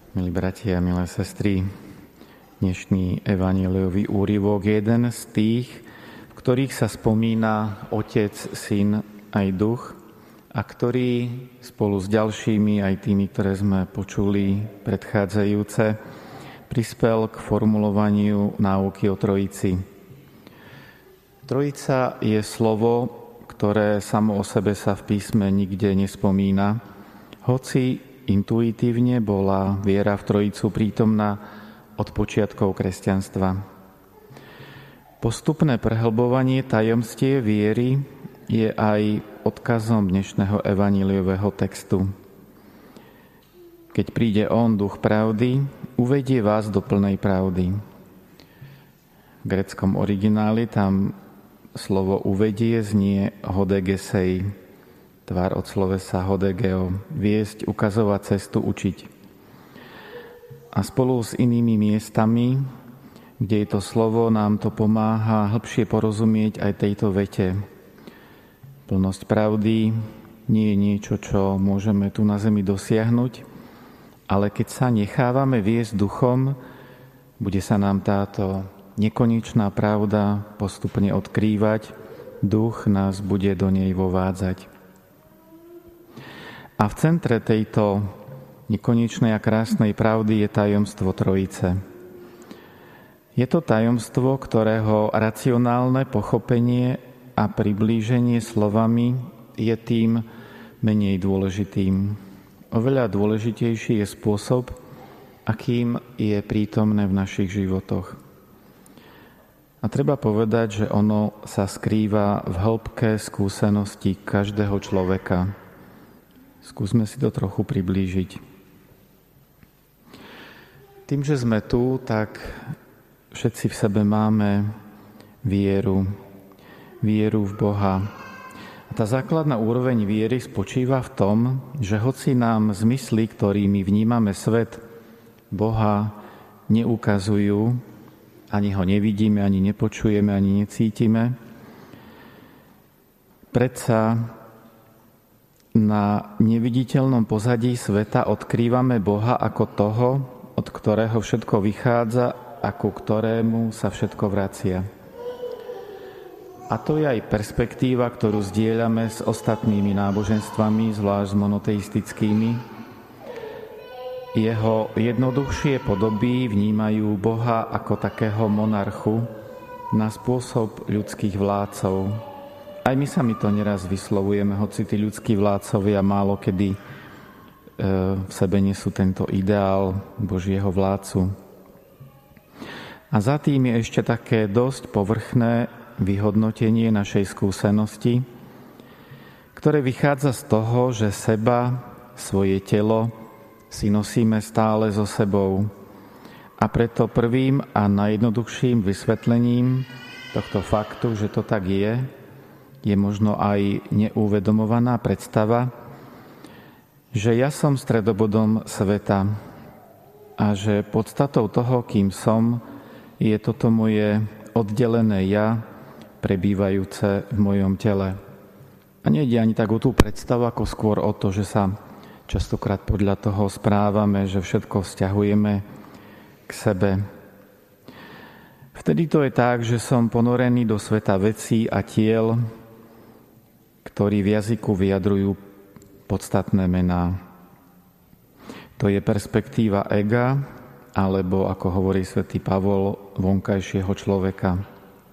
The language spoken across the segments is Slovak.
Milí bratia, milé sestry, dnešný evanjeliový úryvok je jeden z tých, v ktorých sa spomína Otec, Syn aj Duch a ktorý spolu s ďalšími, aj tými, ktoré sme počuli predchádzajúce, prispel k formulovaniu náuky o Trojici. Trojica je slovo, ktoré samo o sebe sa v písme nikde nespomína, hoci intuitívne bola viera v Trojicu prítomná od počiatkov kresťanstva. Postupné prehlbovanie tajomstie viery je aj odkazom dnešného evanjeliového textu. Keď príde On, Duch pravdy, uvedie vás do plnej pravdy. V gréckom origináli tam slovo uvedie znie hodegesei, tvár od slovesa hodegeo, viesť, ukazovať cestu, učiť. A spolu s inými miestami, kde je to slovo, nám to pomáha hlbšie porozumieť aj tejto vete. Plnosť pravdy nie je niečo, čo môžeme tu na zemi dosiahnuť, ale keď sa nechávame viesť duchom, bude sa nám táto nekonečná pravda postupne odkrývať, duch nás bude do nej vovádzať. A v centre tejto nekonečnej a krásnej pravdy je tajomstvo Trojice. Je to tajomstvo, ktorého racionálne pochopenie a priblíženie slovami je tým menej dôležitým. Oveľa dôležitejší je spôsob, akým je prítomné v našich životoch. A treba povedať, že ono sa skrýva v hĺbke skúsenosti každého človeka. Skúsme si to trochu priblížiť. Tým, že sme tu, tak všetci v sebe máme vieru v Boha. A tá základná úroveň viery spočíva v tom, že hoci nám zmysly, ktorými vnímame svet, Boha neukazujú, ani ho nevidíme, ani nepočujeme, ani necítime, predsa na neviditeľnom pozadí sveta odkrývame Boha ako toho, od ktorého všetko vychádza a ku ktorému sa všetko vracia. A to je aj perspektíva, ktorú zdieľame s ostatnými náboženstvami, zvlášť s monoteistickými. Jeho jednoduchšie podoby vnímajú Boha ako takého monarchu na spôsob ľudských vládcov. Aj my sami to neraz vyslovujeme, hoci tí ľudskí vládcovia málo kedy v sebe nesú tento ideál Božieho vládcu. A za tým je ešte také dosť povrchné vyhodnotenie našej skúsenosti, ktoré vychádza z toho, že seba, svoje telo si nosíme stále so sebou. A preto prvým a najjednoduchším vysvetlením tohto faktu, že to tak je možno aj neuvedomovaná predstava, že ja som stredobodom sveta a že podstatou toho, kým som, je toto moje oddelené ja, prebývajúce v mojom tele. A nejde ani tak o tú predstavu, ako skôr o to, že sa častokrát podľa toho správame, že všetko vzťahujeme k sebe. Vtedy to je tak, že som ponorený do sveta vecí a tiel, ktorí v jazyku vyjadrujú podstatné mená. To je perspektíva ega, alebo, ako hovorí svätý Pavol, vonkajšieho človeka.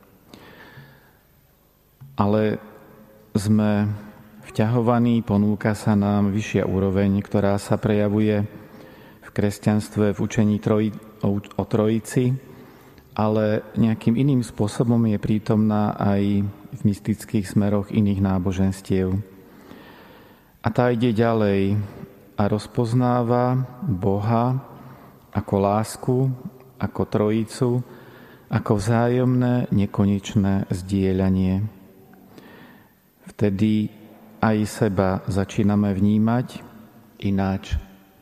Ale sme vťahovaní, ponúka sa nám vyššia úroveň, ktorá sa prejavuje v kresťanstve, v učení o Trojici, ale nejakým iným spôsobom je prítomná aj v mystických smeroch iných náboženstiev. A tá ide ďalej a rozpoznáva Boha ako lásku, ako Trojicu, ako vzájomné nekonečné zdieľanie. Vtedy aj seba začíname vnímať ináč.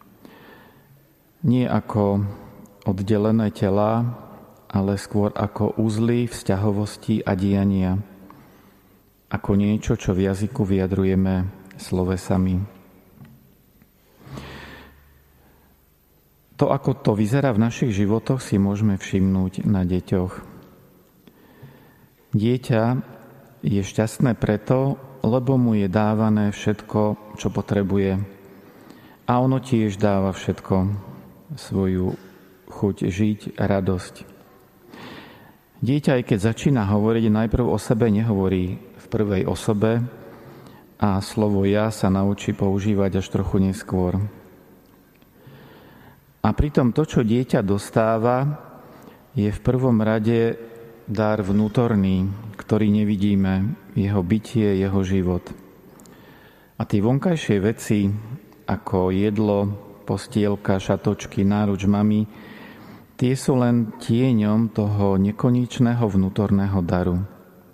Nie ako oddelené telá, ale skôr ako uzly vzťahovosti a diania. Ako niečo, čo v jazyku vyjadrujeme slovesami. To, ako to vyzerá v našich životoch, si môžeme všimnúť na deťoch. Dieťa je šťastné preto, lebo mu je dávané všetko, čo potrebuje. A ono tiež dáva všetko, svoju chuť žiť, radosť. Dieťa, aj keď začína hovoriť, najprv o sebe nehovorí v prvej osobe a slovo ja sa naučí používať až trochu neskôr. A pritom to, čo dieťa dostáva, je v prvom rade dar vnútorný, ktorý nevidíme, jeho bytie, jeho život. A tie vonkajšie veci, ako jedlo, postielka, šatočky, náruč mamy, tie sú len tieňom toho nekonečného vnútorného daru.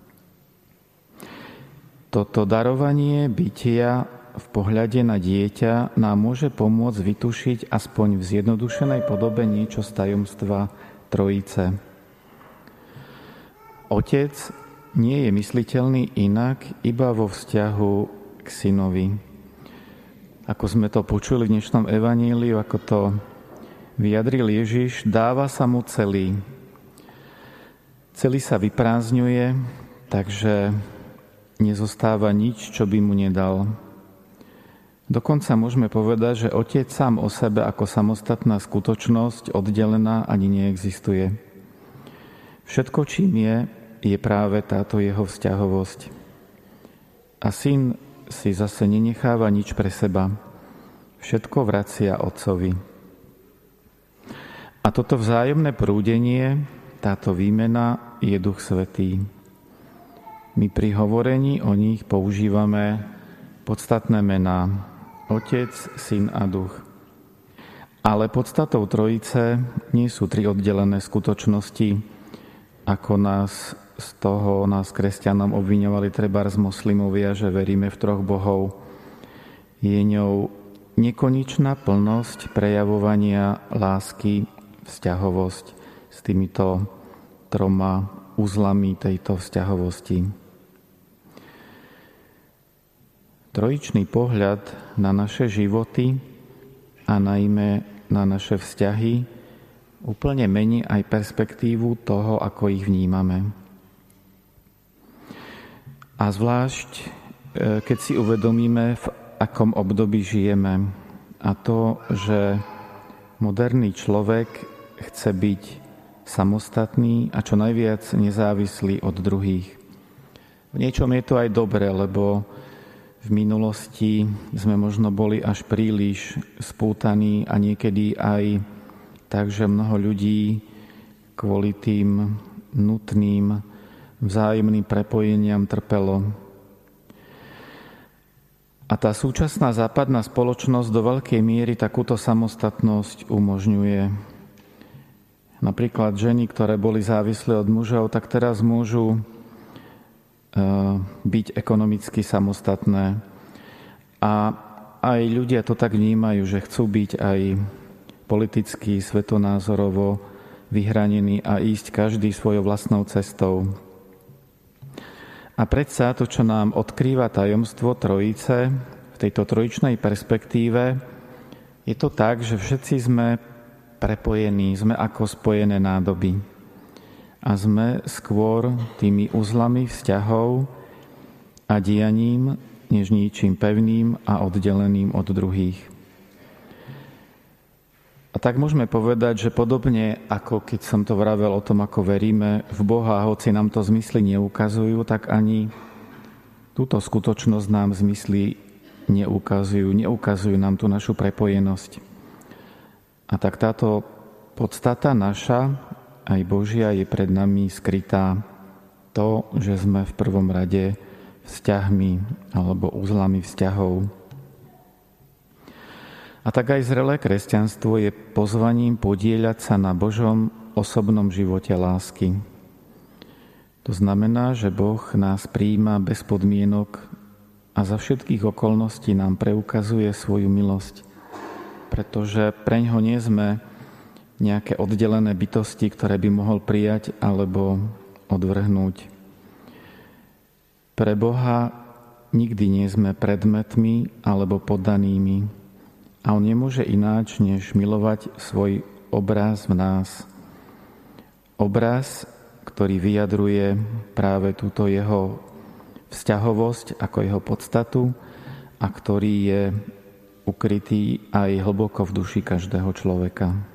Toto darovanie bytia v pohľade na dieťa nám môže pomôcť vytušiť aspoň v zjednodušenej podobe niečo z tajomstva Trojice. Otec nie je mysliteľný inak iba vo vzťahu k synovi. Ako sme to počuli v dnešnom evaníliu, ako to vyjadril Ježiš, dáva sa mu celý. Celý sa vyprázdňuje, takže nezostáva nič, čo by mu nedal. Dokonca môžeme povedať, že Otec sám o sebe ako samostatná skutočnosť oddelená ani neexistuje. Všetko, čím je práve táto jeho vzťahovosť. A syn si zase nenecháva nič pre seba. Všetko vracia Otcovi. A toto vzájomné prúdenie, táto výmena je Duch Svätý. My pri hovorení o nich používame podstatné mená. Otec, Syn a Duch. Ale podstatou Trojice nie sú tri oddelené skutočnosti, ako nás kresťanom obviňovali trebárs moslimovia, že veríme v troch bohov. Je ňou nekonečná plnosť prejavovania lásky, vzťahovosť s týmito troma uzlami tejto vzťahovosti. Trojičný pohľad na naše životy a najmä na naše vzťahy úplne mení aj perspektívu toho, ako ich vnímame. A zvlášť, keď si uvedomíme, v akom období žijeme. A to, že moderný človek chce byť samostatný a čo najviac nezávislý od druhých. V niečom je to aj dobré, lebo v minulosti sme možno boli až príliš spútaní a niekedy aj tak, že mnoho ľudí kvôli tým nutným vzájomným prepojeniam trpelo. A tá súčasná západná spoločnosť do veľkej miery takúto samostatnosť umožňuje. Napríklad ženy, ktoré boli závislé od mužov, tak teraz môžu byť ekonomicky samostatné. A aj ľudia to tak vnímajú, že chcú byť aj politicky, svetonázorovo vyhranení a ísť každý svojou vlastnou cestou. A predsa to, čo nám odkrýva tajomstvo Trojice v tejto trojičnej perspektíve, je to tak, že všetci sme prepojení, sme ako spojené nádoby. A sme skôr tými uzlami vzťahov a dianím, než ničím pevným a oddeleným od druhých. A tak môžeme povedať, že podobne ako keď som to vravel o tom, ako veríme v Boha, hoci nám to zmysly neukazujú, tak ani túto skutočnosť nám zmysly neukazujú nám tú našu prepojenosť. A tak táto podstata naša, aj Božia, je pred nami skrytá, to, že sme v prvom rade vzťahmi alebo uzlami vzťahov. A tak aj zrelé kresťanstvo je pozvaním podieľať sa na Božom osobnom živote lásky. To znamená, že Boh nás prijíma bez podmienok a za všetkých okolností nám preukazuje svoju milosť, pretože preňho nie sme nejaké oddelené bytosti, ktoré by mohol prijať alebo odvrhnúť. Pre Boha nikdy nie sme predmetmi alebo poddanými, A on nemôže ináč, než milovať svoj obraz v nás. Obraz, ktorý vyjadruje práve túto jeho vzťahovosť ako jeho podstatu a ktorý je ukrytý aj hlboko v duši každého človeka.